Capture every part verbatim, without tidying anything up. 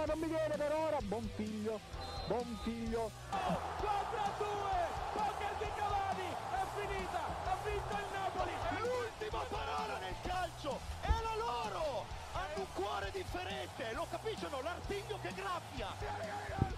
non mi viene per ora. Buon figlio, buon figlio. quattro a due, poker di Cavani, è finita, ha vinto il Napoli. È l'ultima parola nel calcio, è la loro. Hanno un cuore differente, lo capiscono, l'artiglio che graffia.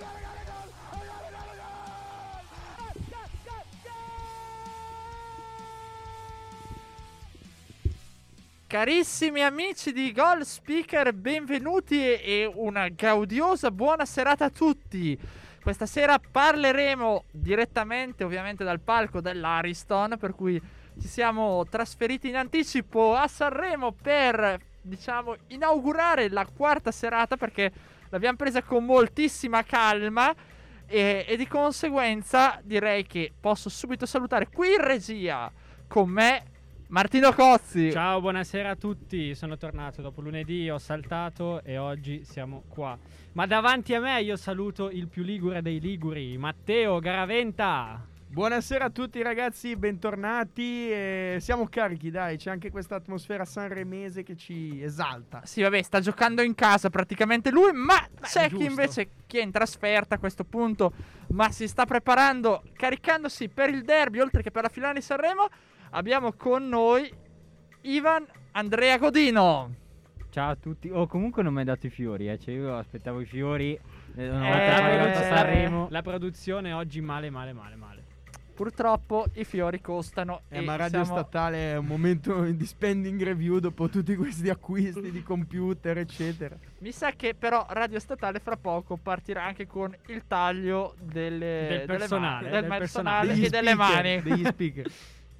Carissimi amici di Goal Speaker, benvenuti e una gaudiosa buona serata a tutti. Questa sera parleremo direttamente ovviamente dal palco dell'Ariston, per cui ci siamo trasferiti in anticipo a Sanremo per, diciamo, inaugurare la quarta serata, perché l'abbiamo presa con moltissima calma e, e di conseguenza direi che posso subito salutare qui in regia con me Martino Cozzi. Ciao, buonasera a tutti. Sono tornato dopo lunedì, ho saltato e oggi siamo qua. Ma davanti a me io saluto il più ligure dei liguri, Matteo Garaventa. Buonasera a tutti ragazzi, bentornati. E siamo carichi, dai, c'è anche questa atmosfera sanremese che ci esalta. Sì, vabbè, sta giocando in casa praticamente lui, ma Beh, c'è giusto. chi invece chi è in trasferta a questo punto, ma si sta preparando, caricandosi per il derby oltre che per la finale di Sanremo. Abbiamo con noi Ivan Andrea Godino. Ciao a tutti. Oh, comunque non mi hai dato i fiori, eh. Cioè, io aspettavo i fiori. eh, Una Eh, volta che arrivato a eh, Sanremo. La produzione oggi male, male, male, male. Purtroppo i fiori costano. Eh, e ma Radio siamo... Statale è un momento di spending review dopo tutti questi acquisti di computer, eccetera. Mi sa che però Radio Statale fra poco partirà anche con il taglio delle, Del personale, delle mani, del del personale personale. e delle mani. Degli speaker.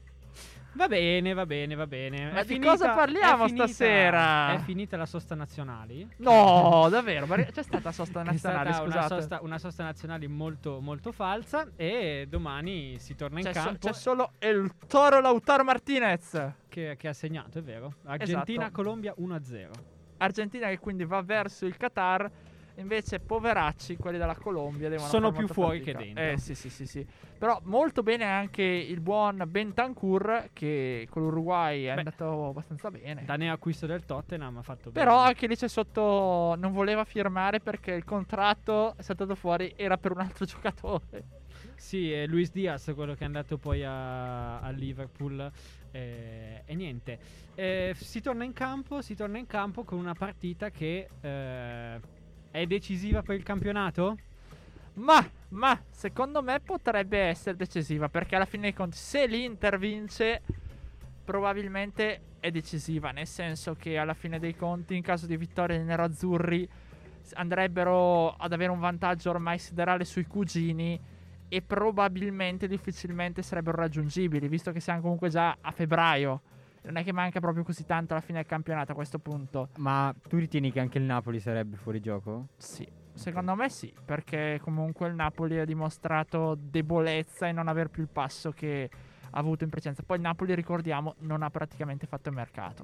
Va bene, va bene, va bene. Ma È di finita- cosa parliamo è finita- stasera? È finita la sosta nazionali? No, davvero, ma c'è stata sosta È nazionale, stata una scusate. sosta, una sosta nazionale molto, molto falsa. E domani si torna in C'è, so- campo. c'è solo il Toro Lautaro Martinez. che, che ha segnato, è vero. Argentina, Esatto. Colombia uno a zero. Argentina che quindi va verso il Qatar. Invece poveracci, quelli della Colombia devono Sono fare più molta fuori fatica. che dentro. Eh sì sì sì sì. Però molto bene anche il buon Bentancur, che con l'Uruguay è Beh, andato abbastanza bene. Da neoacquisto del Tottenham ha fatto bene. Però anche lì c'è sotto, non voleva firmare perché il contratto è saltato fuori, era per un altro giocatore. Sì, è Luis Diaz, quello che è andato poi a, a Liverpool. eh, e niente. Eh, si torna in campo, si torna in campo con una partita che eh, è decisiva per il campionato? Ma, ma, secondo me potrebbe essere decisiva, perché alla fine dei conti, se l'Inter vince, probabilmente è decisiva, nel senso che alla fine dei conti, in caso di vittoria dei nerazzurri, s- andrebbero ad avere un vantaggio ormai siderale sui cugini e probabilmente difficilmente sarebbero raggiungibili, visto che siamo comunque già a febbraio. Non è che manca proprio così tanto alla fine del campionato a questo punto. Ma tu ritieni che anche il Napoli sarebbe fuori gioco? Sì, secondo me sì, perché comunque il Napoli ha dimostrato debolezza e non aver più il passo che ha avuto in precedenza. Poi il Napoli, ricordiamo, non ha praticamente fatto il mercato.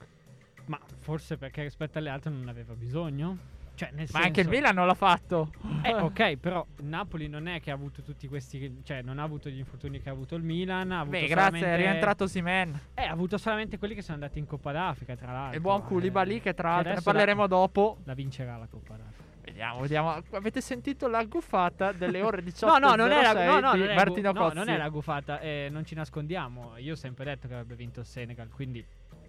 Ma forse perché rispetto alle altre non aveva bisogno? Cioè, nel Ma senso... anche il Milan non l'ha fatto. Eh, ok, però il Napoli non è che ha avuto tutti questi... Cioè, non ha avuto gli infortuni che ha avuto il Milan. Ha avuto Beh, grazie, solamente... è rientrato Osimhen. Eh, ha avuto solamente quelli che sono andati in Coppa d'Africa, tra l'altro. E il buon eh, Koulibaly, che tra l'altro ne adesso parleremo la- dopo. La vincerà la Coppa d'Africa. Vediamo, vediamo. Avete sentito la guffata delle ore diciotto No, no, non è la, no, no, di non è Martino gu- no, Cozzi? non è la gufata, eh, non ci nascondiamo. Io ho sempre detto che avrebbe vinto il Senegal, quindi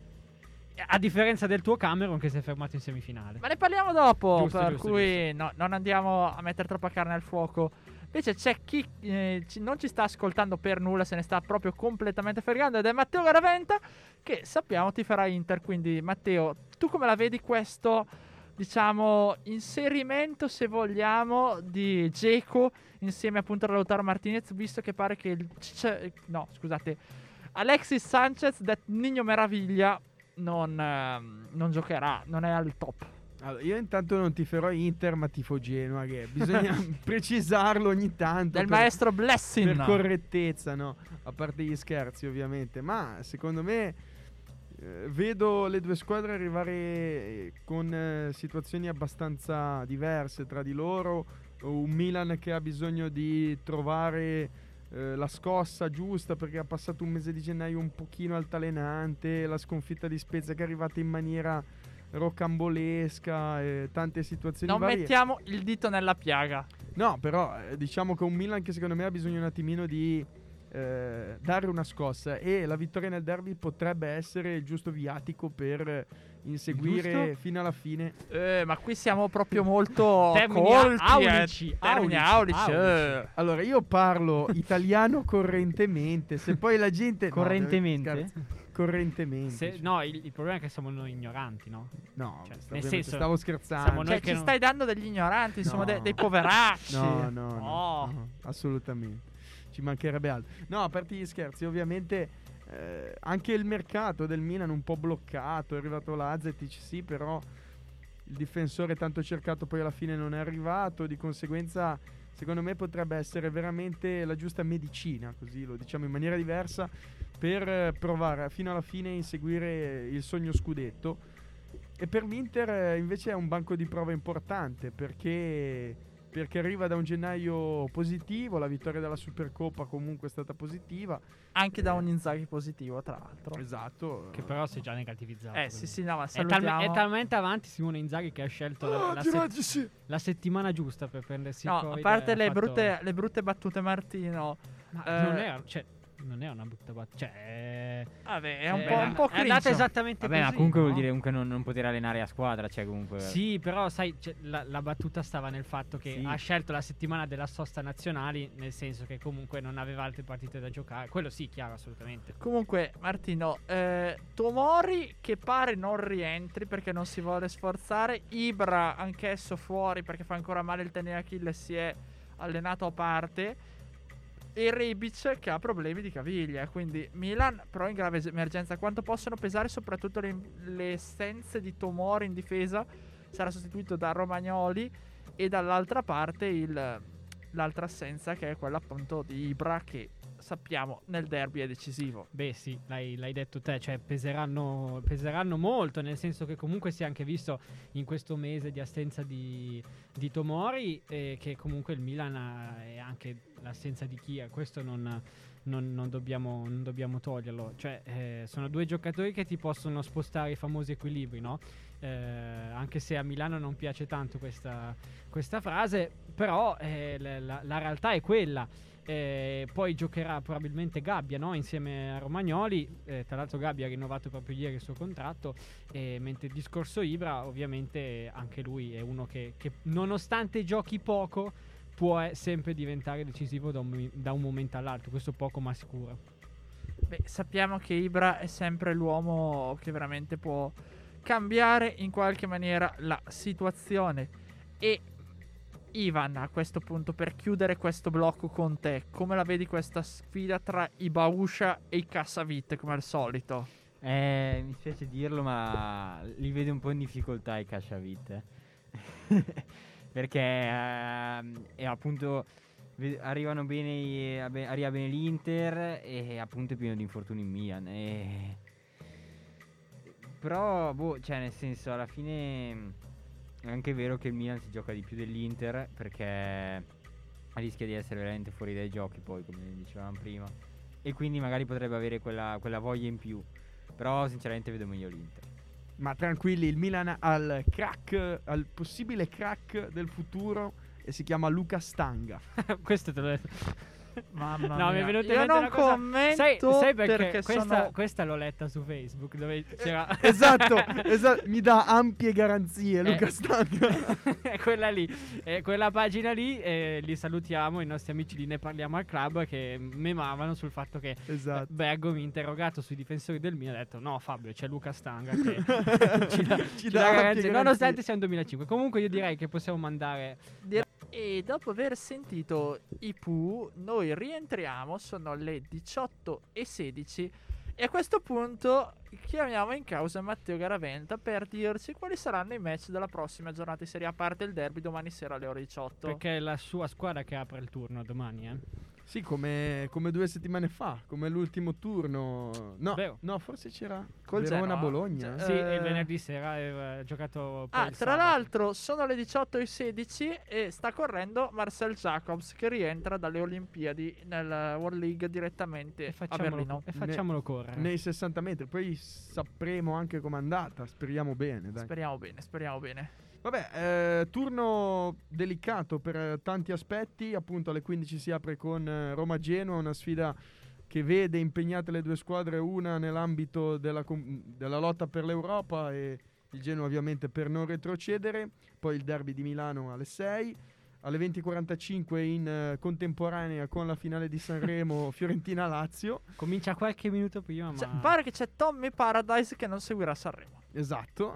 a differenza del tuo Cameron che si è fermato in semifinale. Ma ne parliamo dopo, Giusto, per giusto, cui no, non andiamo a mettere troppa carne al fuoco. Invece c'è chi eh, ci- non ci sta ascoltando per nulla, se ne sta proprio completamente fregando, ed è Matteo Garaventa, che sappiamo ti farà Inter. Quindi Matteo, tu come la vedi questo, diciamo, inserimento, se vogliamo, di Dzeko insieme appunto a Lautaro Martinez, visto che pare che il Cic- no, scusate, Alexis Sanchez, det Nino Meraviglia, non, ehm, non giocherà, non è al top. Allora, io intanto non tiferò Inter, ma tifo Genoa, che bisogna precisarlo ogni tanto. Del per- maestro Blessing. Per correttezza, no? A parte gli scherzi, ovviamente. Ma secondo me eh, vedo le due squadre arrivare eh, con eh, situazioni abbastanza diverse tra di loro. Un Milan che ha bisogno di trovare eh, la scossa giusta, perché ha passato un mese di gennaio un pochino altalenante. La sconfitta di Spezia che è arrivata in maniera rocambolesca, e tante situazioni Non varie. mettiamo il dito nella piaga. No, però eh, diciamo che un Milan che secondo me ha bisogno un attimino di eh, dare una scossa, e la vittoria nel derby potrebbe essere il giusto viatico per eh, inseguire Giusto? fino alla fine. Eh, ma qui siamo proprio molto Termini colti, aulici, eh. Termini aulici, aulici, aulici. eh. Allora, io parlo italiano correntemente, se poi la gente... no, Correntemente? scherzo. Correntemente. Se- cioè. no, il, il problema è che siamo noi ignoranti, no? No, cioè, sta- nel ovviamente senso, stavo scherzando. siamo noi Cioè, che ci non- stai dando degli ignoranti, siamo No. de- dei poveracci. No, no, no, Oh. no, assolutamente. Ci mancherebbe altro. No, a parte gli scherzi, ovviamente eh, anche il mercato del Milan un po' bloccato, è arrivato Lazetic, sì, però il difensore tanto cercato poi alla fine non è arrivato, di conseguenza secondo me potrebbe essere veramente la giusta medicina, così lo diciamo in maniera diversa, per eh, provare fino alla fine a inseguire il sogno scudetto. E per l'Inter eh, invece è un banco di prova importante, perché perché arriva da un gennaio positivo, la vittoria della Supercoppa comunque è stata positiva. Anche da un Inzaghi positivo, tra l'altro. Esatto. Che però si è già negativizzato. Eh sì, sì, no, ma È, salutiamo. talme- è talmente avanti Simone Inzaghi che ha scelto la, la, set- sì. la settimana giusta per prendersi No, il a Covid. parte e ha le fatto- brutte, le brutte battute Martino. Ma eh, non è, cioè, non è una brutta battuta. Cioè, è, Vabbè, è un è- po', un po' è andata cringe. esattamente Vabbè, ma così, comunque no? vuol dire comunque non, non poter allenare a squadra, cioè comunque... Sì, però sai, cioè, la, la battuta stava nel fatto che Sì. ha scelto la settimana della sosta nazionali, nel senso che comunque non aveva altre partite da giocare. Quello sì, chiaro, assolutamente. Comunque, Martino, eh, Tomori che pare non rientri perché non si vuole sforzare. Ibra anch'esso fuori perché fa ancora male il tendine Achille, si è allenato a parte. E Rebic che ha problemi di caviglia. Quindi Milan però in grave es- emergenza. Quanto possono pesare soprattutto le, le assenze di Tomori in difesa? Sarà sostituito da Romagnoli. E dall'altra parte il, l'altra assenza, che è quella appunto di Ibra, che sappiamo nel derby è decisivo. Beh sì, l'hai, l'hai detto te, cioè peseranno, peseranno molto, nel senso che comunque si è anche visto in questo mese di assenza di, di Tomori, eh, che comunque il Milan ha, e anche l'assenza di Chia, questo non, non, non, dobbiamo, non dobbiamo toglierlo, cioè eh, sono due giocatori che ti possono spostare i famosi equilibri, no? Eh, anche se a Milano non piace tanto questa, questa frase, però eh, la, la, la realtà è quella. Eh, poi giocherà probabilmente Gabbia, no? Insieme a Romagnoli, eh, tra l'altro Gabbia ha rinnovato proprio ieri il suo contratto, eh, mentre il discorso Ibra ovviamente anche lui è uno che, che nonostante giochi poco può eh, sempre diventare decisivo da un, da un momento all'altro, questo poco ma sicuro. Beh, sappiamo che Ibra è sempre l'uomo che veramente può cambiare in qualche maniera la situazione. E Ivan, a questo punto, per chiudere questo blocco con te, come la vedi questa sfida tra i Bauscia e i Cassavit, come al solito? Eh, mi spiace dirlo, ma li vedo un po' in difficoltà i Casciavit. Perché ehm, e appunto ve- arrivano bene, i- abbe- arriva bene l'Inter e appunto è pieno di infortuni in Milan. E... Però, boh, cioè nel senso, alla fine è anche vero che il Milan si gioca di più dell'Inter, perché rischia di essere veramente fuori dai giochi poi, come dicevamo prima. E quindi magari potrebbe avere quella, quella voglia in più. Però sinceramente vedo meglio l'Inter. Ma tranquilli, il Milan ha il crack, al possibile crack del futuro, e si chiama Luca Stanga. Questo te l'ho detto. Mamma No, mi mia. è venuto in Io mente non una cosa- commento Sai, sai perché, perché questa, sono... questa l'ho letta su Facebook dove c'era Esatto, esatto, mi dà ampie garanzie Luca Eh. Stanga. è quella lì, è quella pagina lì, e li salutiamo, i nostri amici di Ne Parliamo al Club, che memavano sul fatto che Esatto. eh, Bergomi, interrogato sui difensori del Milan, ha detto no Fabio, c'è Luca Stanga che ci dà, ci dà ampie garanzie, garanzie. nonostante sia un duemilacinque. Comunque io direi che possiamo mandare E dopo aver sentito i Pooh, noi rientriamo, sono le diciotto e sedici, e a questo punto chiamiamo in causa Matteo Garaventa per dirci quali saranno i match della prossima giornata di Serie A, a parte il derby domani sera alle ore diciotto. perché è la sua squadra che apre il turno domani, eh. Sì, come, come due settimane fa, come l'ultimo turno. No, Vero. no, forse c'era Col Verona-Bologna. Genoa. Sì, Eh, il venerdì sera aveva giocato poi Ah, il tra sabato. l'altro sono le diciotto e sedici e sta correndo Marcel Jacobs che rientra dalle Olimpiadi nel World League direttamente E a facciamolo, Berlino. e facciamolo correre. Nei sessanta metri. Poi sapremo anche com'è andata. Speriamo bene, dai. Speriamo bene, speriamo bene. Vabbè, eh, turno delicato per eh, tanti aspetti. Appunto alle quindici si apre con eh, Roma-Genoa, una sfida che vede impegnate le due squadre, una nell'ambito della, com- della lotta per l'Europa e il Genoa ovviamente per non retrocedere. Poi il derby di Milano alle sei. Alle venti e quarantacinque in eh, contemporanea con la finale di Sanremo Fiorentina-Lazio. Comincia qualche minuto prima, Cioè, ma pare che c'è Tommy Paradise che non seguirà Sanremo. Esatto.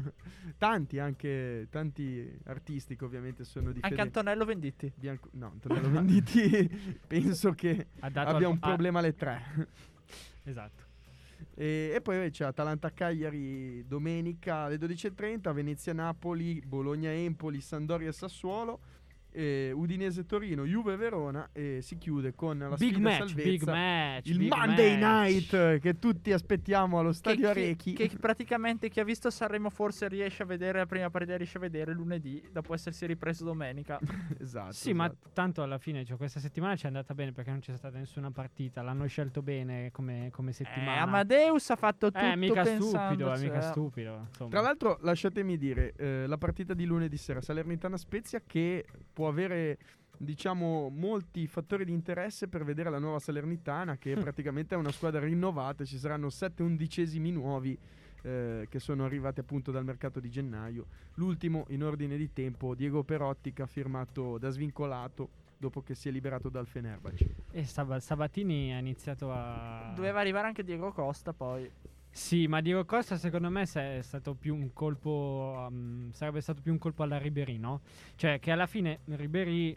tanti anche, tanti artisti che ovviamente sono di Anche fede Antonello Venditti. bianco. No, Antonello Venditti penso che ha dato abbia al- un ah, problema alle tre. esatto. E, e poi c'è Atalanta-Cagliari domenica alle dodici e trenta, Venezia-Napoli, Bologna-Empoli, Sampdoria-Sassuolo, eh, Udinese-Torino, Juve-Verona e si chiude con la Big sfida match, salvezza, big match. il big Monday match. Night che tutti aspettiamo allo Stadio che, Arechi. che, che praticamente chi ha visto Sanremo forse riesce a vedere la prima partita, riesce a vedere lunedì dopo essersi ripreso domenica. Esatto. Sì, ma esatto. tanto alla fine, cioè, questa settimana ci è andata bene perché non c'è stata nessuna partita. L'hanno scelto bene come, come Eh, settimana. Amadeus ha fatto tutto Eh, mica pensando, stupido, è mica cioè, stupido. Insomma. Tra l'altro, lasciatemi dire, eh, la partita di lunedì sera Salernitana-Spezia che può avere, diciamo, molti fattori di interesse per vedere la nuova Salernitana, che praticamente è una squadra rinnovata. Ci saranno sette undicesimi nuovi eh, che sono arrivati appunto dal mercato di gennaio. L'ultimo in ordine di tempo, Diego Perotti, che ha firmato da svincolato dopo che si è liberato dal Fenerbahce. E Sab- Sabatini ha iniziato a... Doveva arrivare anche Diego Costa poi. Sì, ma Diego Costa secondo me se- è stato più un colpo, um, sarebbe stato più un colpo alla Ribéry, no? Cioè che alla fine Ribéry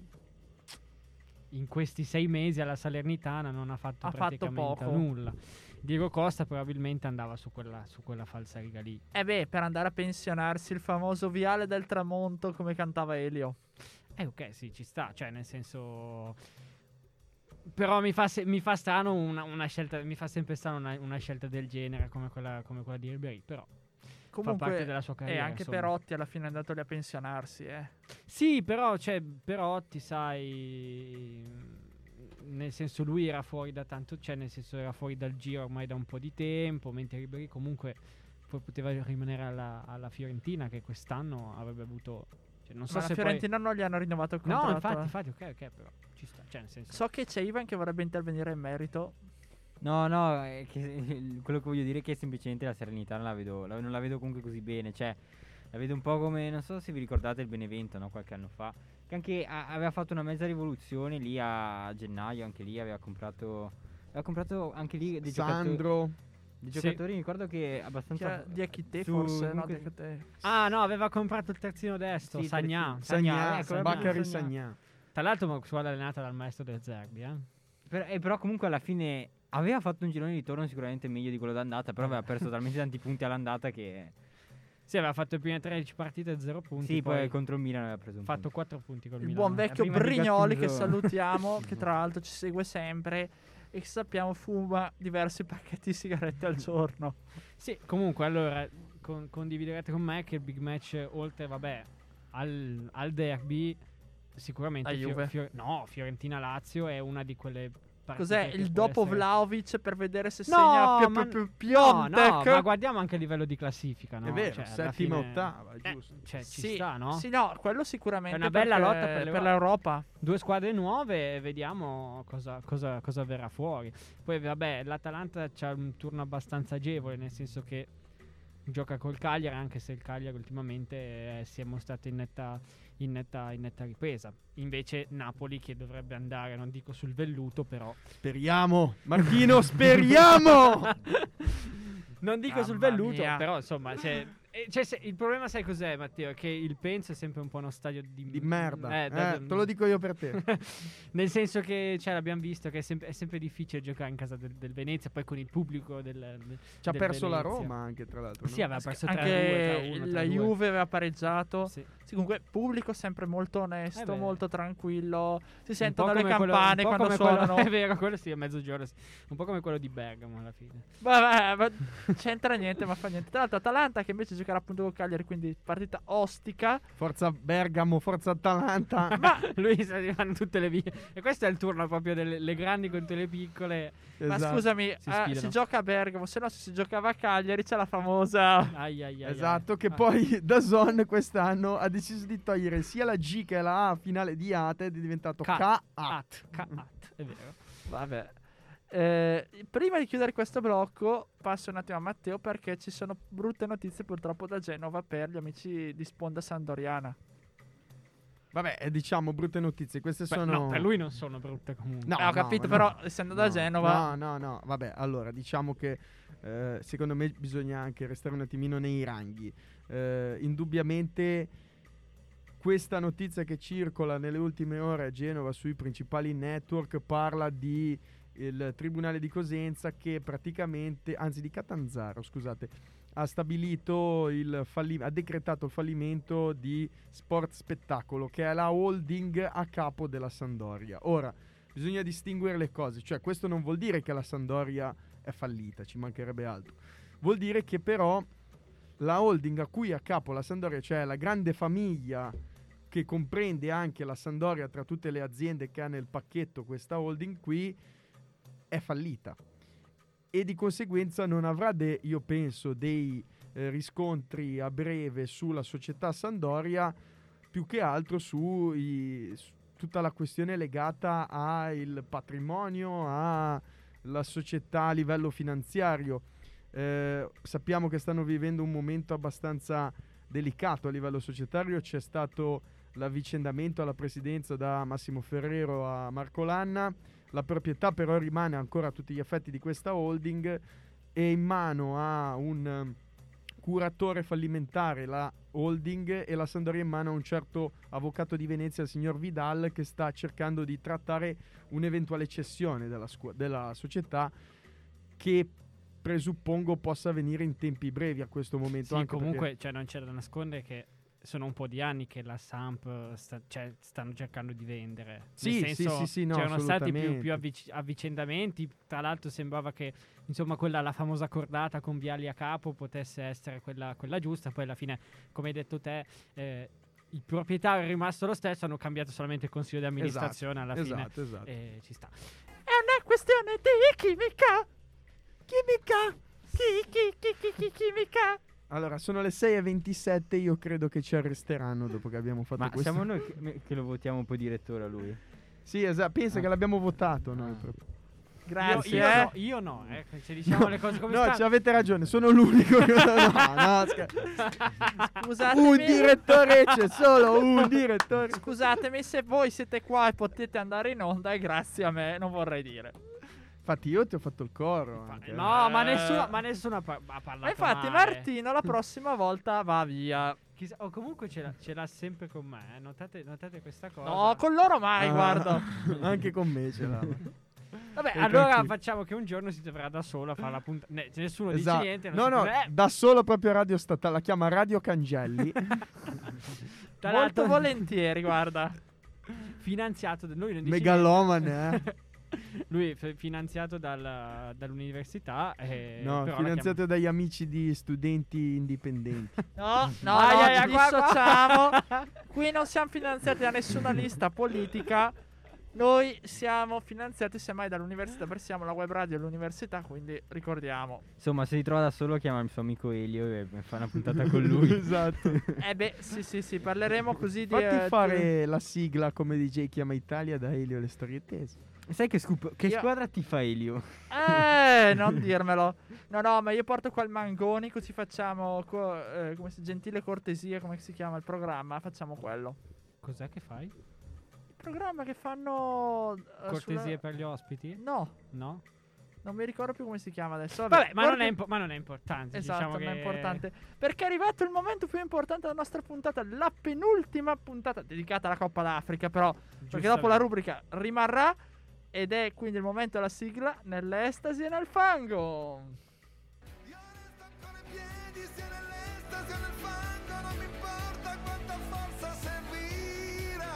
in questi sei mesi alla Salernitana non ha fatto Ha fatto praticamente poco. nulla. Diego Costa probabilmente andava su quella, su quella falsariga lì. Eh beh, per andare a pensionarsi il famoso Viale del Tramonto come cantava Elio. Eh ok, sì, ci sta, cioè nel senso... Però mi fa, se- mi fa strano una, una scelta, mi fa sempre strano una, una scelta del genere come quella, come quella di Ribéry, però Comunque, fa parte della sua e carriera. anche insomma. Perotti alla fine è andato lì a pensionarsi, eh. Sì, però, cioè, Perotti, sai, nel senso lui era fuori da tanto, cioè nel senso era fuori dal giro ormai da un po' di tempo, mentre Ribéry comunque poi poteva rimanere alla, alla Fiorentina che quest'anno avrebbe avuto, cioè, non so Ma se la Fiorentina non gli hanno rinnovato il poi... contratto. No, infatti, eh. infatti, ok, ok, però ci sta, cioè nel senso... So che c'è Ivan che vorrebbe intervenire in merito. No, no, è che, quello che voglio dire è che semplicemente la Serenità non la vedo, la- non la vedo comunque così bene. Cioè, la vedo un po' come, non so se vi ricordate il Benevento, no? Qualche anno fa, che anche a- aveva fatto una mezza rivoluzione lì a gennaio, anche lì aveva comprato, aveva comprato anche lì dei giocatori, Sandro, dei Sì. giocatori, mi ricordo che Chi abbastanza... era- Diakite su- forse, no, comunque- Diakite. Ah no, aveva comprato il terzino destro, Sì, Sagna. terzino. Sagna, Sagna, ecco, Sagna. Baccari Sagna. Sagna. Tra l'altro una squadra allenata dal maestro del Zerbi, eh. Per- eh, però comunque alla fine aveva fatto un girone di ritorno sicuramente meglio di quello d'andata, però aveva perso talmente tanti punti all'andata che... Sì, aveva fatto le prime tredici partite e zero punti. Sì, poi, poi contro il Milan aveva preso un fatto punto. quattro punti col Il Milano. buon vecchio prima di Brignoli che Gattuso. salutiamo, che tra l'altro ci segue sempre e che sappiamo fuma diversi pacchetti di sigarette al giorno. Sì, comunque, allora, con- condividerete con me che il big match, oltre, vabbè, al, al derby, sicuramente... La Juve. Fio- no, Fiorentina-Lazio è una di quelle partite Cos'è che il può dopo essere- Vlahovic per vedere se No, segna più, ma- più, più No, no, Piontek? ma guardiamo anche a livello di classifica, no? È vero, Cioè, alla settima, fine- ottava, Eh, giusto. cioè, ci Sì, sta, no? Sì, no, quello sicuramente È una bella perché- lotta per l'Europa. l'Europa. Due squadre nuove e vediamo cosa, cosa, cosa verrà fuori. Poi vabbè, l'Atalanta c'ha un turno abbastanza agevole, nel senso che gioca col Cagliari, anche se il Cagliari ultimamente eh, si è mostrato in netta, in, netta, in netta ripresa. Invece Napoli che dovrebbe andare, non dico sul velluto, però... Speriamo, Martino, speriamo! non dico sul Mamma velluto, mia. però insomma, cioè, Eh, cioè, se- il problema sai cos'è, Matteo? È che il Penza è sempre un po' uno stadio di, Di merda. Eh, da- Eh, te lo dico io per te. Nel senso che, cioè, l'abbiamo visto che è, sem- è sempre difficile giocare in casa del, del Venezia, poi con il pubblico del, del Ci ha del perso la Venezia. Roma anche, tra l'altro. Sì, no? aveva perso tre a Anche due, la Juve aveva pareggiato. Sì. Sì, comunque pubblico sempre molto Eh onesto, beh. molto tranquillo. Si Un sentono po' le come quello- campane un po' quando come quello- suonano. è vero, quello sì, a mezzogiorno. sì. Un po' come quello di Bergamo alla fine. Vabbè, ma c'entra niente, ma fa niente. Tra l'altro Atalanta che invece giocherà appunto con Cagliari, quindi partita ostica. Forza Bergamo, forza Atalanta. Ma lui sta arrivando tutte le vie. E questo è il turno proprio delle le grandi contro le piccole. Ma Esatto. scusami, Si eh, sfidano. si gioca a Bergamo, se no se si giocava a Cagliari c'è la famosa... Ai, ai, ai, Esatto, ai. che Ah. poi DAZN quest'anno ha deciso di togliere sia la G che la A finale di Ate ed è diventato Ca- K-A. At, ca- at, è vero. Vabbè. Eh, prima di chiudere questo blocco passo un attimo a Matteo perché ci sono brutte notizie purtroppo da Genova per gli amici di sponda sandoriana. Vabbè, eh, diciamo brutte notizie. Queste Beh, sono. no, per lui non sono brutte comunque. No, Eh, ho no, capito, no. però essendo da No, Genova... No, no, no. Vabbè, allora diciamo che eh, secondo me bisogna anche restare un attimino nei ranghi. Eh, indubbiamente questa notizia che circola nelle ultime ore a Genova sui principali network parla di il Tribunale di Cosenza che praticamente, anzi di Catanzaro, scusate, ha stabilito il falli- ha decretato il fallimento di Sport Spettacolo, che è la holding a capo della Sampdoria. Ora, bisogna distinguere le cose, cioè questo non vuol dire che la Sampdoria è fallita, ci mancherebbe altro. Vuol dire che però la holding a cui è a capo la Sampdoria, cioè la grande famiglia che comprende anche la Sampdoria tra tutte le aziende che ha nel pacchetto questa holding qui, è fallita. E di conseguenza non avrà, de- io penso, dei eh, riscontri a breve sulla società Sampdoria, più che altro su, i- su tutta la questione legata al patrimonio, alla società a livello finanziario. Eh, sappiamo che stanno vivendo un momento abbastanza delicato a livello societario. C'è stato l'avvicendamento alla presidenza da Massimo Ferrero a Marco Lanna. La proprietà però rimane ancora a tutti gli effetti di questa holding, e in mano a un um, curatore fallimentare la holding, e la Sampdoria in mano a un certo avvocato di Venezia, il signor Vidal, che sta cercando di trattare un'eventuale cessione della, scu- della società, che presuppongo possa avvenire in tempi brevi a questo momento. Sì, anche comunque, perché- cioè, non c'è da nascondere che sono un po' di anni che la Samp sta- cioè, stanno cercando di vendere. Sì, Nel sì, senso, sì, sì, no, c'erano stati più, assolutamente. più avvic- avvicendamenti. Tra l'altro sembrava che insomma quella, la famosa cordata con Viali a capo potesse essere quella, quella giusta. Poi alla fine, come hai detto te, eh, il proprietario è rimasto lo stesso, hanno cambiato solamente il consiglio di amministrazione alla fine. Esatto, esatto. E ci sta. È una questione di chimica. Chimica. Chi, chi, chi, chi, chi, chimica. Allora, sono le sei e ventisette, io credo che ci arresteranno dopo che abbiamo fatto Ma questo. siamo noi che, che lo votiamo poi direttore a lui. Sì, esatto, pensa Ah. che l'abbiamo votato noi Ah. proprio. Grazie. io, io eh. no, io no, eh, se diciamo le cose come no, stanno. ci avete ragione, sono l'unico che... no, no, scher- Scusatemi. un direttore c'è, solo un direttore. Scusatemi se voi siete qua e potete andare in onda, e grazie a me, non vorrei dire. Infatti io ti ho fatto il coro Fa- anche. No, ma Eh. nessuno, ma nessuno ha, pa- ha parlato Ma infatti male. Martino la prossima volta va via. Chissà- o comunque ce l'ha, ce l'ha sempre con me, eh. notate, notate questa cosa. No, con loro mai, Ah, guarda. Anche con me ce l'ha. Vabbè, E allora tranquillo. facciamo che un giorno si troverà da solo a fare la puntata. Ne- nessuno dice Esatto. niente. non No, si no, può- eh, da solo proprio Radio Statale, la chiama Radio Cangelli. tra Molto l'altro- volentieri, guarda. finanziato da lui non dice Megalomane, eh. Lui è finanziato dal- dall'università. E No, però la finanziato dagli amici di studenti indipendenti. No, no, Ai, no, ai, ai, ci qua, qua. dissociamo. Qui non siamo finanziati da nessuna lista politica. Noi siamo finanziati semmai dall'università, perché siamo la web radio dell'università, quindi ricordiamo. Insomma, se si trova da solo, chiama il suo amico Elio e fa una puntata con lui. Esatto. Eh beh, sì, sì, sì, parleremo così di... Fatti eh, fare la sigla come D J Chiama Italia da Elio e le storie tese. Sai che, scoop- che Io- squadra ti fa Elio? Eh, non dirmelo. No, no, ma io porto qua il Mangoni, così facciamo, co- eh, come si, gentile cortesia, come si chiama il programma, facciamo quello. Cos'è che fai? Il programma che fanno... eh, Cortesie sulla- per gli ospiti? No, No? Non mi ricordo più come si chiama adesso. Vabbè, ma, non guarda- è impo- ma non è importante. Esatto, diciamo non è che- importante. Perché è arrivato il momento più importante della nostra puntata, la penultima puntata dedicata alla Coppa d'Africa, però perché dopo la rubrica rimarrà ed è quindi il momento della sigla nell'estasi e nel fango. Io resto ancora in piedi, sia nell'estasi o nel fango, non mi importa quanta forza servirà.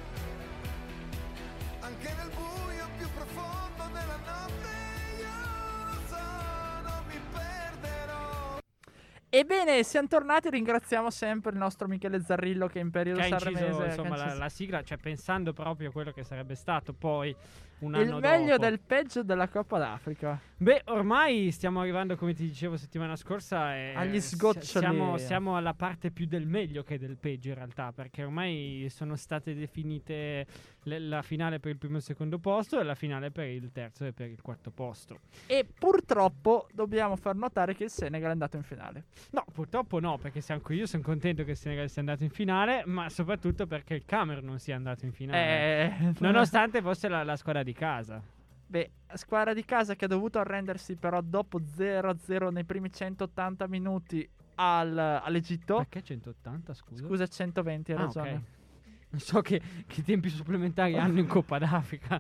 Anche nel buio più profondo della notte, io lo so, non mi perderò. Ebbene, siamo tornati, ringraziamo sempre il nostro Michele Zarrillo che in periodo Che ha sanremese inciso che ha insomma, la, inciso- la sigla, cioè pensando proprio a quello che sarebbe stato poi un il anno meglio dopo. del peggio della Coppa d'Africa. Beh, ormai stiamo arrivando, come ti dicevo settimana scorsa, e Agli si- sgoccioli. Siamo, siamo alla parte più del meglio che del peggio in realtà, perché ormai sono state definite le- la finale per il primo e il secondo posto e la finale per il terzo e per il quarto posto. E purtroppo dobbiamo far notare che il Senegal è andato in finale. No, purtroppo no, perché siamo qui, io sono contento che il Senegal sia andato in finale, ma soprattutto perché il Camerun non sia andato in finale. Eh, Nonostante fosse la, la squadra di casa. Beh, squadra di casa che ha dovuto arrendersi però dopo zero a zero nei primi centottanta minuti al- all'Egitto. Perché centottanta, scusa? Scusa, centoventi, hai Ah, ragione. ok. Non so che, che tempi supplementari hanno in Coppa d'Africa.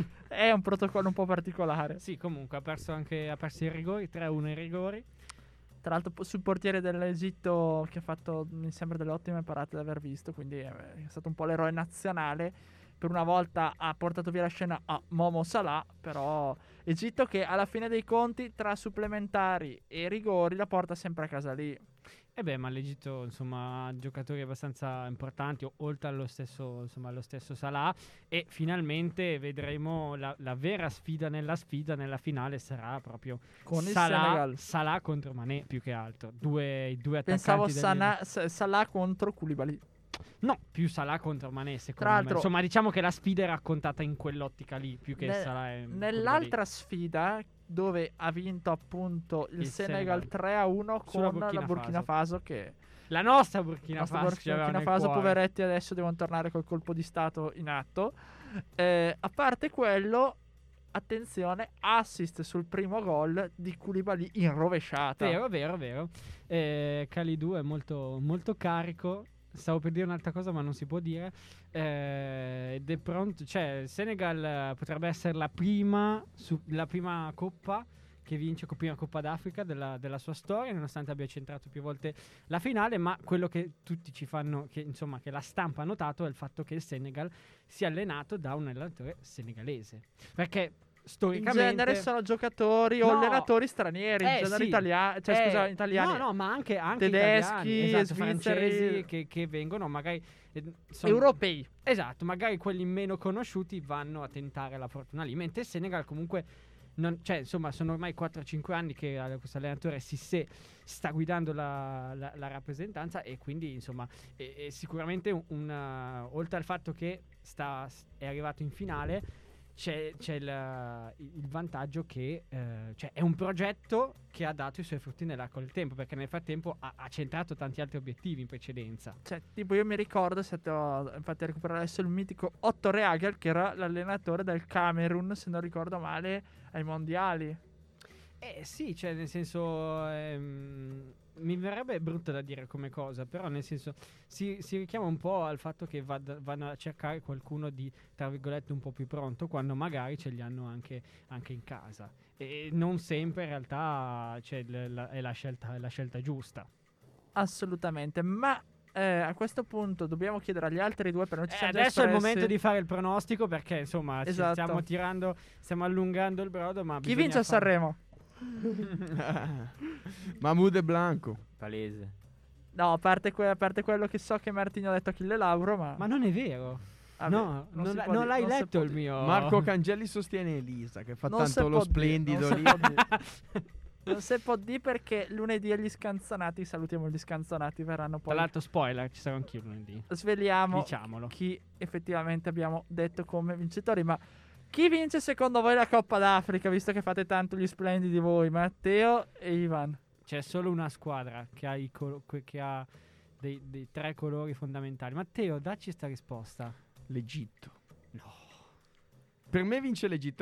È un protocollo un po' particolare. Sì, comunque ha perso anche ha perso i rigori, tre a uno i rigori. Tra l'altro po- sul portiere dell'Egitto che ha fatto, mi sembra, delle ottime parate da aver visto, quindi è, è stato un po' l'eroe nazionale. Per una volta ha portato via la scena a Momo Salah, però Egitto che alla fine dei conti tra supplementari e rigori la porta sempre a casa lì. E beh, ma l'Egitto insomma ha giocatori abbastanza importanti, o- oltre allo stesso, insomma, allo stesso Salah, e finalmente vedremo la, la vera sfida nella sfida, nella finale sarà proprio Con il Salah, Senegal. Salah contro Mané più che altro. Due, i due Pensavo attaccanti del- Sana- S- Salah contro Koulibaly. No, più Salah contro Mané, secondo Tra l'altro- me. Insomma, diciamo che la sfida è raccontata in quell'ottica lì, più che Ne- Salah e Nell'altra sfida, dove ha vinto appunto il, Il Senegal, Senegal. tre a uno Sulla con Burkina la Burkina Faso, che la nostra Burkina la nostra Faso, ci aveva Burkina nel Faso, cuore. poveretti, adesso devono tornare col colpo di stato in atto. Eh, a parte quello, attenzione, assist sul primo gol di Koulibaly in rovesciata. Vero, vero, vero. Eh, Kalidou è molto, molto carico. Stavo per dire un'altra cosa, ma non si può dire. Eh, ed è pronto. Cioè, il Senegal eh, potrebbe essere la prima, su- la prima coppa che vince, co- prima Coppa d'Africa della, della sua storia, nonostante abbia centrato più volte la finale. Ma quello che tutti ci fanno, che insomma, che la stampa ha notato, è il fatto che il Senegal sia allenato da un allenatore senegalese. Perché In storicamente genere sono giocatori o No. allenatori stranieri, in Eh, genere sì. italiani, cioè Eh, scusa, italiani. No, no, ma anche, anche Tedeschi, italiani, esatto, svizzeri. francesi che, che vengono magari eh, sono- Europei. Esatto, magari quelli meno conosciuti vanno a tentare la fortuna lì, mentre il Senegal comunque non, cioè, insomma, sono ormai quattro cinque anni che eh, questo allenatore Cissé sta guidando la, la- la rappresentanza, e quindi insomma è, è sicuramente un, una- oltre al fatto che sta, è arrivato in finale, c'è, c'è il, il vantaggio che eh, cioè è un progetto che ha dato i suoi frutti nell'arco del tempo, perché nel frattempo ha, ha centrato tanti altri obiettivi in precedenza. Cioè, tipo, io mi ricordo, se te ho infatti recuperare adesso il mitico Otto Reagel, che era l'allenatore del Camerun, se non ricordo male, ai mondiali. Eh sì, cioè nel senso ehm, mi verrebbe brutta da dire come cosa, però nel senso si, si richiama un po' al fatto che vada- vanno a cercare qualcuno di, tra virgolette, un po' più pronto, quando magari ce li hanno anche, anche in casa. E non sempre in realtà cioè, l- la- è, la scelta, è la scelta giusta. Assolutamente, ma eh, a questo punto dobbiamo chiedere agli altri due, per non ci Eh, siamo già adesso è il espressi. momento di fare il pronostico, perché insomma ci Esatto. stiamo tirando, stiamo allungando il brodo, ma Chi bisogna vince a fare- Sanremo? Mahmoud e Blanco. Palese. No, a parte, que- a parte quello che so che Martino ha detto Achille Lauro, ma... Ma non è vero. Vabbè, no, non non, si la- può non di- l'hai non si letto può il di- mio. Marco Cangelli sostiene Elisa, che fa Non si tanto lo può dire, splendido non lì. si può dire. Non si può dire perché lunedì agli scanzonati, salutiamo gli scanzonati, verranno Tra poi... l'altro, spoiler, ci sarò anch'io lunedì. Sveliamo Diciamolo. chi effettivamente abbiamo detto come vincitori, ma chi vince secondo voi la Coppa d'Africa, visto che fate tanto gli splendidi voi, Matteo e Ivan? C'è solo una squadra che ha, i colo- que- che ha dei, dei tre colori fondamentali. Matteo, dacci sta risposta. L'Egitto. No. Per me vince l'Egitto. No,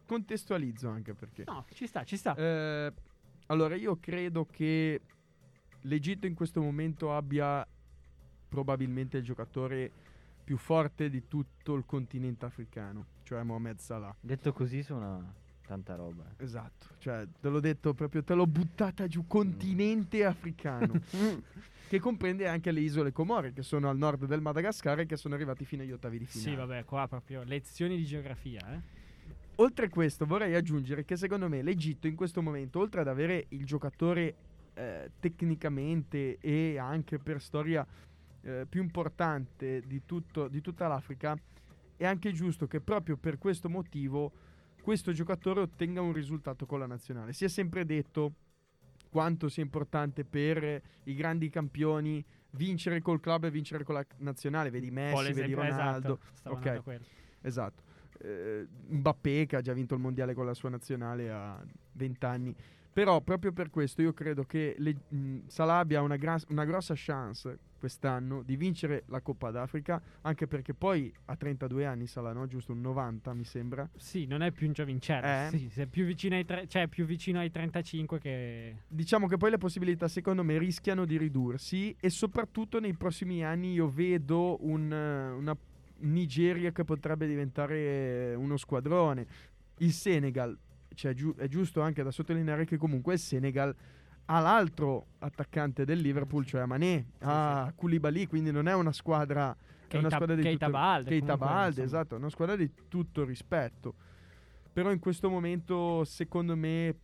contestualizzo anche perché. No, ci sta, ci sta. Eh, allora, io credo che l'Egitto in questo momento abbia probabilmente il giocatore più forte di tutto il continente africano, cioè Mohamed Salah. Detto così suona tanta roba. eh. Esatto, cioè te l'ho detto proprio, te l'ho buttata giù, continente africano, che comprende anche le isole Comore, che sono al nord del Madagascar e che sono arrivati fino agli ottavi di finale. Sì, vabbè, qua proprio lezioni di geografia, eh. Oltre a questo vorrei aggiungere che secondo me l'Egitto in questo momento, oltre ad avere il giocatore eh, tecnicamente e anche per storia eh, più importante di, tutto, di tutta l'Africa, è anche giusto che proprio per questo motivo questo giocatore ottenga un risultato con la nazionale. Si è sempre detto quanto sia importante per i grandi campioni vincere col club e vincere con la nazionale. Vedi Un po' Messi, vedi l'esempio, Ronaldo. esatto, stavo Ok. andando a quello. Esatto. Eh, Mbappé che ha già vinto il mondiale con la sua nazionale a venti anni. Però proprio per questo io credo che le, mh, Salah abbia una, gra- una grossa chance quest'anno di vincere la Coppa d'Africa, anche perché poi ha trentadue anni Salah, no? Giusto un novanta mi sembra. Sì, non è più un giovincello. Eh? Sì, sei più vicino ai tre- cioè è più vicino ai trentacinque che Diciamo che poi le possibilità secondo me rischiano di ridursi e soprattutto nei prossimi anni io vedo un, eh, una Nigeria che potrebbe diventare uno squadrone. Il Senegal, cioè giu- è giusto anche da sottolineare che comunque il Senegal ha l'altro attaccante del Liverpool, cioè Mané, ha Koulibaly, quindi non è una squadra è una Keita- squadra di Keita tutto, Balde, Keita comunque, Balde, insomma. esatto, è una squadra di tutto rispetto. Però in questo momento secondo me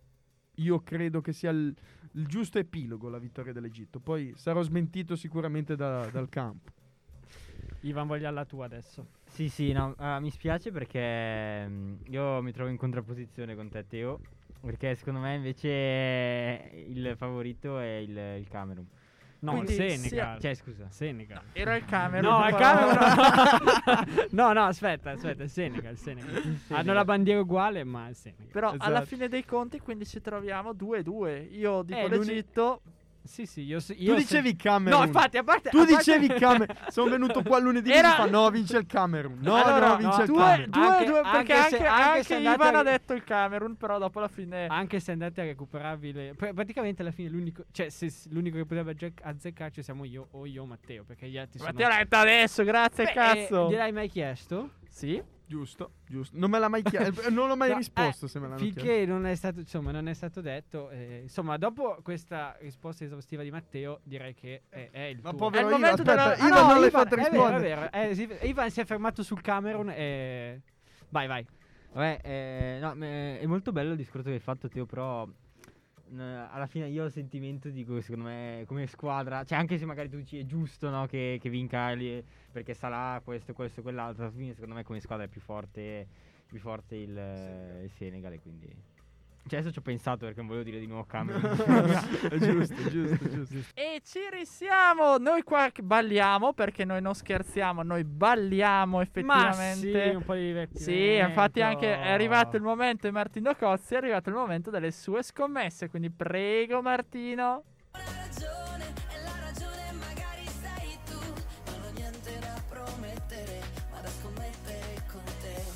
io credo che sia il, il giusto epilogo la vittoria dell'Egitto. Poi sarò smentito sicuramente da- dal campo. Ivan voglia la tua adesso. Sì, sì, no, ah, mi spiace perché mm, io mi trovo in contrapposizione con te, Teo, perché secondo me invece il favorito è il, il Camerun. No, Quindi il Senegal. Cioè, scusa. Senegal. Era il Camerun. No, il però- Camerun. No, no, aspetta, aspetta, il Senegal, il Senegal. Hanno la bandiera uguale, ma il Senegal. Però alla Esatto. fine dei conti quindi ci troviamo due a due. Io dico Eh, l'uni- l'Egitto. Sì, sì, io, Tu io dicevi Camerun. No, infatti, a parte Tu a parte- dicevi Camerun. Sono venuto qua lunedì e Era- mi fa no, vince il Camerun. No, Allora, no, vince no, il Due, Camerun. due, Anche- due, perché anche anche, se- anche anche se andate Ivan a- ha detto il Camerun, però dopo alla fine... Anche se andate a recuperarvi le... pr- praticamente alla fine l'unico... Cioè, se s- l'unico che potrebbe azze- azzeccarci siamo io o io o Matteo, perché gli altri Ma sono... te l'hai detto adesso, grazie Beh, cazzo. eh, gliel'hai mai chiesto? Sì? Giusto, giusto. Non me l'ha mai chiesto. Non l'ho mai No, risposto eh, se me l'hanno chiesto. Finché non è stato, insomma, non è stato detto. eh, insomma, dopo questa risposta esaustiva di Matteo, direi che è, è il Ma tuo. povero È il Ivan, momento della- aspetta, Ah, Ivan no, non l'hai Ivan- fatto è vero, rispondere. è vero, eh, sì, Ivan si è fermato sul Camerun e... Vai, vai. Vabbè, eh, no, me- è molto bello il discorso che hai fatto, Teo, però n- alla fine io ho il sentimento di che secondo me come squadra, cioè anche se magari tu dici è giusto, no, che, che vinca lì, perché sarà questo, questo, quell'altro, alla fine secondo me come squadra è più forte, più forte il, eh, il Senegal, e quindi... Cioè adesso ci ho pensato perché non volevo dire di nuovo Camerun. È giusto, è giusto, è giusto. E ci risiamo. Noi qua che balliamo, perché noi non scherziamo, noi balliamo Ma effettivamente. sì, un po' di divertimento. Sì, infatti anche è arrivato il momento e Martino Cozzi è arrivato il momento delle sue scommesse, quindi prego Martino. Una ragione, e la ragione magari sei tu. Non ho niente da promettere, ma da scommettere con te.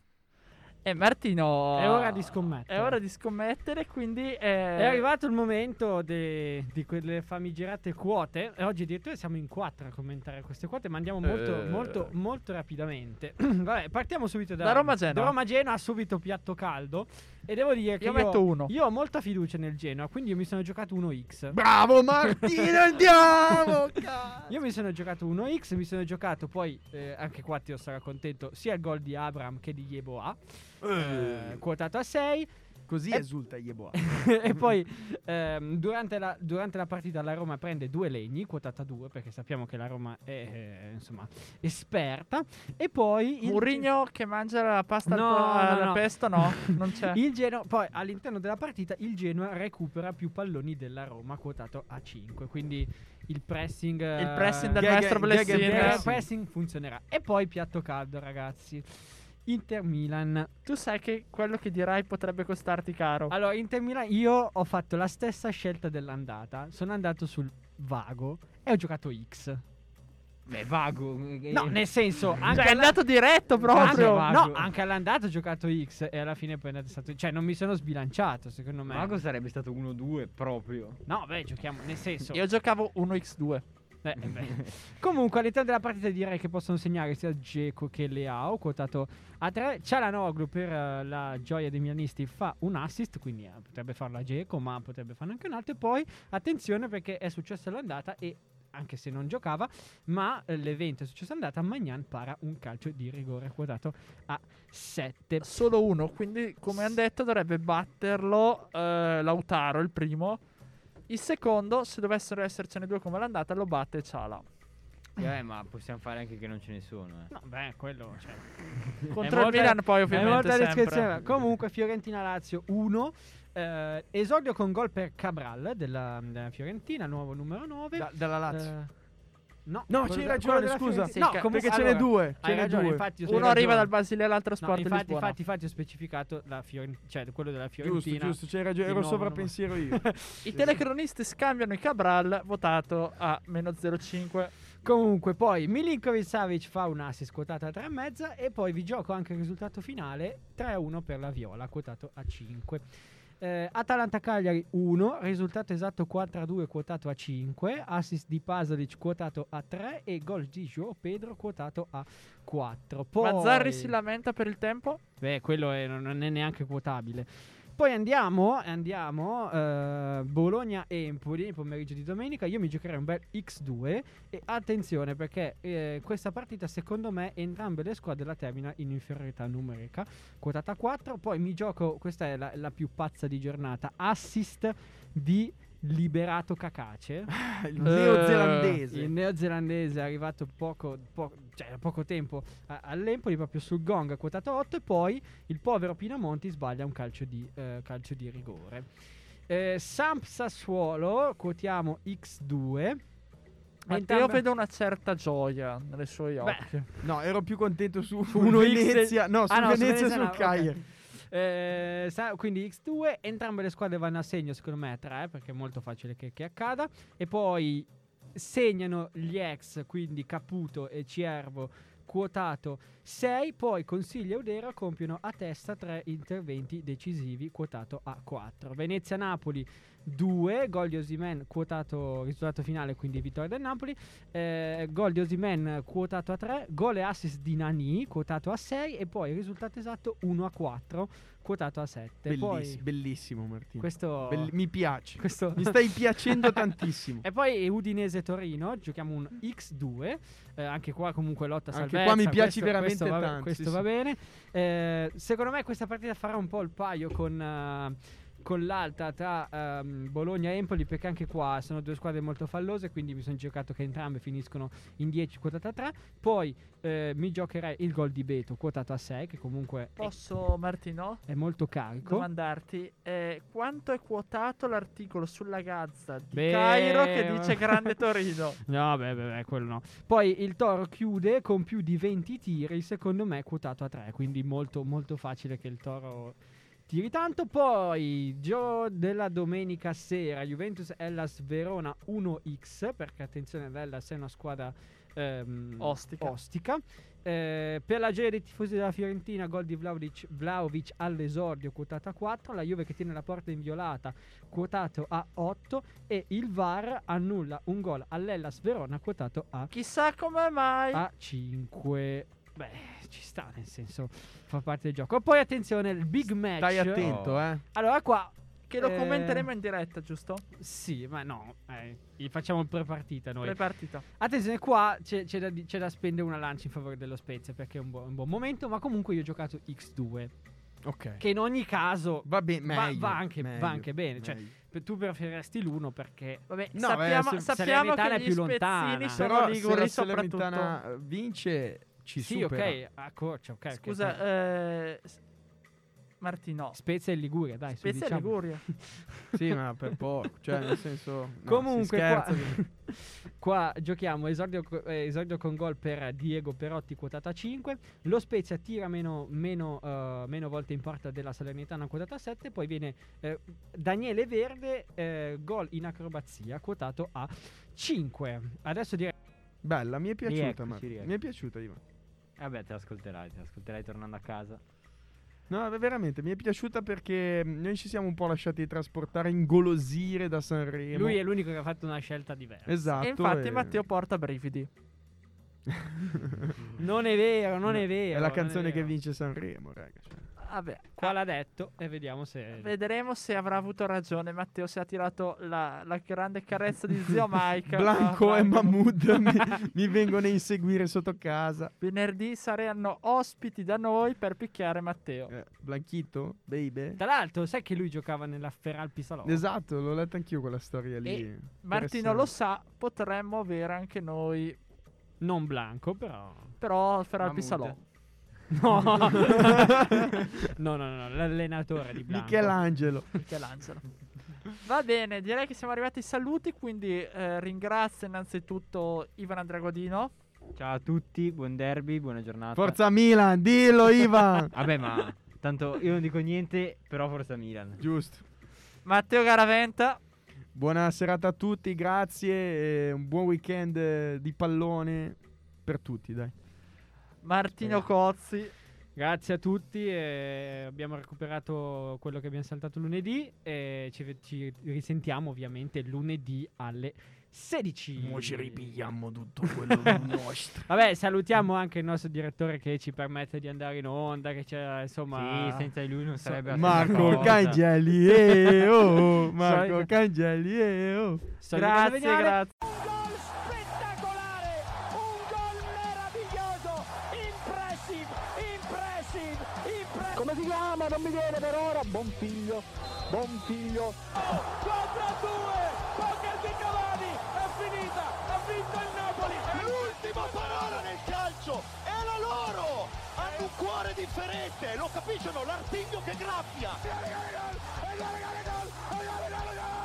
E Martino... È ora di scommettere. È ora di scommettere, quindi... eh, È arrivato il momento de- di quelle famigerate quote. E oggi addirittura siamo in quattro a commentare queste quote, ma andiamo molto, Eh. molto, molto rapidamente. Vabbè, partiamo subito da, Da Roma a Genoa. Da Roma a Genoa, subito piatto caldo. E devo dire che Io metto uno. Io ho molta fiducia nel Genoa, quindi io mi sono giocato uno X. Bravo Martino, andiamo! cazzo! Io mi sono giocato uno X, mi sono giocato poi, eh, anche qua Teo sarà contento, sia il gol di Abraham che di Yeboah, eh, quotato a sei. Così E- esulta Yeboah. E poi ehm, durante, la, durante la partita la Roma prende due legni, quotata due, perché sappiamo che la Roma è eh, insomma esperta. E poi il Mourinho che mangia la pasta No, al, no, al no. pesto, no, non c'è. il Genoa, poi all'interno della partita il Genoa recupera più palloni della Roma, quotato a cinque. Quindi il pressing eh, Il pressing del Gag- maestro gag- Blessin. il pressing. pressing funzionerà. E poi piatto caldo, ragazzi. Inter Milan. Tu sai che quello che dirai potrebbe costarti caro. Allora, Inter Milan, io ho fatto la stessa scelta dell'andata. Sono andato sul vago e ho giocato X. Beh, vago. eh, No, nel senso, anche Cioè, è alla- andato diretto anche, proprio. vago. no, anche all'andata ho giocato X e alla fine poi è andato stato. Cioè, non mi sono sbilanciato, secondo me. Vago sarebbe stato uno due proprio. No, beh, giochiamo. Nel senso. Io giocavo uno contro due. Eh, eh, beh. Comunque all'interno della partita direi che possono segnare sia Dzeko che Leao, quotato a tre. Cialanoglu per eh, la gioia dei milanisti fa un assist, quindi eh, potrebbe farla Dzeko, ma potrebbe farne anche un altro. E poi attenzione perché è successa l'andata e anche se non giocava, ma eh, l'evento è successo all'andata, Magnan para un calcio di rigore quotato a sette. Solo uno, quindi come hanno detto dovrebbe batterlo eh, Lautaro, il primo. Il secondo, se dovessero essercene due come l'andata, lo batte Ciala. Eh, ma possiamo fare anche che non ce ne sono. Eh. No, beh, quello cioè, Contro è il molta- Milan poi è ovviamente molta sempre. descrizione. Comunque Fiorentina-Lazio uno. Eh, esordio con gol per Cabral della, della Fiorentina, nuovo numero nove. Da- dalla Lazio. Eh, no, No, quello c'hai da- ragione, quello della scusa. Fiorentina- no, Sì, comunque, perché ce n'è allora, due. Hai Ce n'è ragione, due. infatti, hai Uno ragione. arriva dal Basilea, l'altro No, Sport infatti, Lisbona. infatti, infatti ho specificato la Fioren- cioè quello della Giusto, Fiorentina. giusto, c'hai ragione. Il Ero nuovo sovrappensiero io. I telecronisti scambiano i Cabral, votato a meno zero virgola cinque. Comunque poi Milinkovic Savic fa un assist quotato a tre e mezza e poi vi gioco anche il risultato finale tre a uno per la Viola quotato a cinque. Eh, Atalanta-Cagliari uno, risultato esatto quattro a due quotato a cinque, assist di Pasalic quotato a tre e gol di João Pedro quotato a quattro. Poi Mazzarri si lamenta per il tempo. Beh, quello è- non è neanche quotabile. Poi andiamo, andiamo eh, Bologna-Empoli, pomeriggio di domenica. Io mi giocherei un bel X due. E attenzione perché eh, questa partita, secondo me, entrambe le squadre la termina in inferiorità numerica, quotata a quattro. Poi mi gioco, questa è la, la più pazza di giornata, assist di Liberato Cacace. Il neozelandese. Il neozelandese è arrivato poco, po- cioè, da poco tempo a- all'Empoli, proprio sul gong, quotato a otto. E poi il povero Pinamonti sbaglia un calcio di, eh, calcio di rigore. Eh, Samp Sassuolo, quotiamo X due. Matteo Entrambe- vedo una certa gioia nei suoi Beh, occhi. No, ero più contento su, Su uno X. Venezia. No, su Ah, no, su Venezia e Venezia sul no, ok. Cagliari. Eh, sa- quindi X due, entrambe le squadre vanno a segno, secondo me a tre, perché è molto facile che, che accada. E poi segnano gli ex, quindi Caputo e Ciervo, quotato sei. Poi Consiglio e Udera compiono a testa tre interventi decisivi, quotato a quattro. Venezia-Napoli due, gol di Osimhen, quotato risultato finale, quindi vittoria del Napoli. Eh, gol di Osimhen quotato a tre, gol e assist di Nani quotato a sei e poi il risultato esatto uno a quattro quotato a sette. Belliss- Poi bellissimo, Martino. questo, Belli- mi piace. questo Mi stai piacendo tantissimo. E poi Udinese-Torino, giochiamo un X due, eh, anche qua comunque lotta Anche salvezza. qua mi piaci questo- veramente questo va, tanto, Questo sì, va sì. bene. Eh, secondo me questa partita farà un po' il paio con, eh, con l'alta tra ehm, Bologna e Empoli, perché anche qua sono due squadre molto fallose, quindi mi sono giocato che entrambe finiscono in dieci quotato a tre. Poi eh, mi giocherei il gol di Beto quotato a sei, che comunque è, Posso, Martino, è molto carico. domandarti eh, quanto è quotato l'articolo sulla Gazza di Beh, Cairo che ma- dice Grande Torino? No, beh, beh, beh, quello no. Poi il Toro chiude con più di venti tiri, secondo me quotato a tre, quindi molto molto facile che il Toro tiri tanto. Poi gioco della domenica sera, Juventus Hellas Verona uno X, perché attenzione, l'Hellas è una squadra ehm, Ostica. ostica. Eh, per la gioia dei tifosi della Fiorentina, gol di Vlahovic, Vlahovic all'esordio quotato a quattro, la Juve che tiene la porta inviolata quotato a otto e il V A R annulla un gol all'Hellas Verona quotato a, Chissà come mai. a cinque. Beh, ci sta, nel senso, fa parte del gioco. Poi attenzione, il big match. Stai attento, eh. Allora qua Che lo eh, commenteremo in diretta, giusto? sì, ma no, eh, gli facciamo il pre-partita noi. Pre-partita. Attenzione, qua c'è, c'è da, di- c'è da spendere una lancia in favore dello Spezia, perché è un, bu- un buon momento, ma comunque io ho giocato X due, Ok. che in ogni caso Va bene, va, meglio. va anche, meglio, va anche bene. Cioè, meglio. per- tu preferiresti l'uno perché Vabbè, No, sappiamo, beh, se- sappiamo Salernitana che è gli più lontana. spezzini sono Però se liguri la soprattutto. Salernitana vince, ci sì, supera. ok, a Corcia, ok. ok, Scusa, ok. eh, s- Martino. Spezia e Liguria, dai, su, Spezia e diciamo. Liguria. Sì, ma per poco. Cioè, nel senso... no, Comunque si qua, scherza, quindi. qua giochiamo esordio, co- eh, esordio con gol per Diego Perotti quotata a cinque. Lo Spezia tira meno, meno, eh, meno volte in porta della Salernitana quotata a sette. Poi viene eh, Daniele Verde, eh, gol in acrobazia quotato a cinque. Adesso direi Bella, mi è piaciuta, Rieccoci, ma rieccoci. mi è piaciuta, Ivan. Eh, Vabbè, te l'ascolterai, te l'ascolterai tornando a casa. No, veramente, mi è piaciuta perché noi ci siamo un po' lasciati trasportare, ingolosire da Sanremo. Lui è l'unico che ha fatto una scelta diversa. Esatto. E infatti e- Matteo porta brividi. Non è vero, non è vero. È la non canzone che vero. vince Sanremo, raga. cioè. Vabbè, Qua l'ha detto e vediamo se... vedremo se avrà avuto ragione Matteo, se ha tirato la, la grande carezza di zio Mike. Blanco a e Franco. Mahmood mi, mi vengono a inseguire sotto casa. Venerdì saranno ospiti da noi per picchiare Matteo. Eh, Blanchito, baby. Tra l'altro, sai che lui giocava nella Feralpi Salò? Esatto, l'ho letta anch'io quella storia lì. E Martino lo sa, potremmo avere anche noi, Non Blanco, però... però Feralpi Mahmood. Salò. No. no, no, no, no, l'allenatore di Blanco. Michelangelo. Michelangelo. Va bene, direi che siamo arrivati ai saluti, quindi eh, ringrazio innanzitutto Ivan Andragodino. Ciao a tutti, buon derby, buona giornata. Forza Milan, dillo Ivan. Vabbè, ma tanto io non dico niente, però forza Milan. Giusto. Matteo Garaventa. Buona serata a tutti, grazie. E un buon weekend eh, di pallone per tutti, dai. Martino Eh. Cozzi. Grazie a tutti, e abbiamo recuperato quello che abbiamo saltato lunedì e ci, ci risentiamo ovviamente lunedì alle sedici. ripigliamo tutto quello nostro. Vabbè, salutiamo anche il nostro direttore che ci permette di andare in onda, che c'è insomma... Sì, senza di lui non sarebbe la Marco stessa cosa. Cangelli, eh, oh, Marco Solito- Cangelli, eh, oh. Solito Grazie, Vignale. grazie. Un gol spettacolare, un gol meraviglioso, impressive, impressive, impressive. Come si chiama? Non mi viene per ora. Buon figlio, buon figlio. quattro a due, poker di Cavani, è finita, ha vinto il Napoli. L'ultima parola nel calcio è la loro. Hanno un cuore differente, lo capiscono? L'artiglio che graffia. E gol, e gol, e gol, e gol, e gol, e gol, e gol.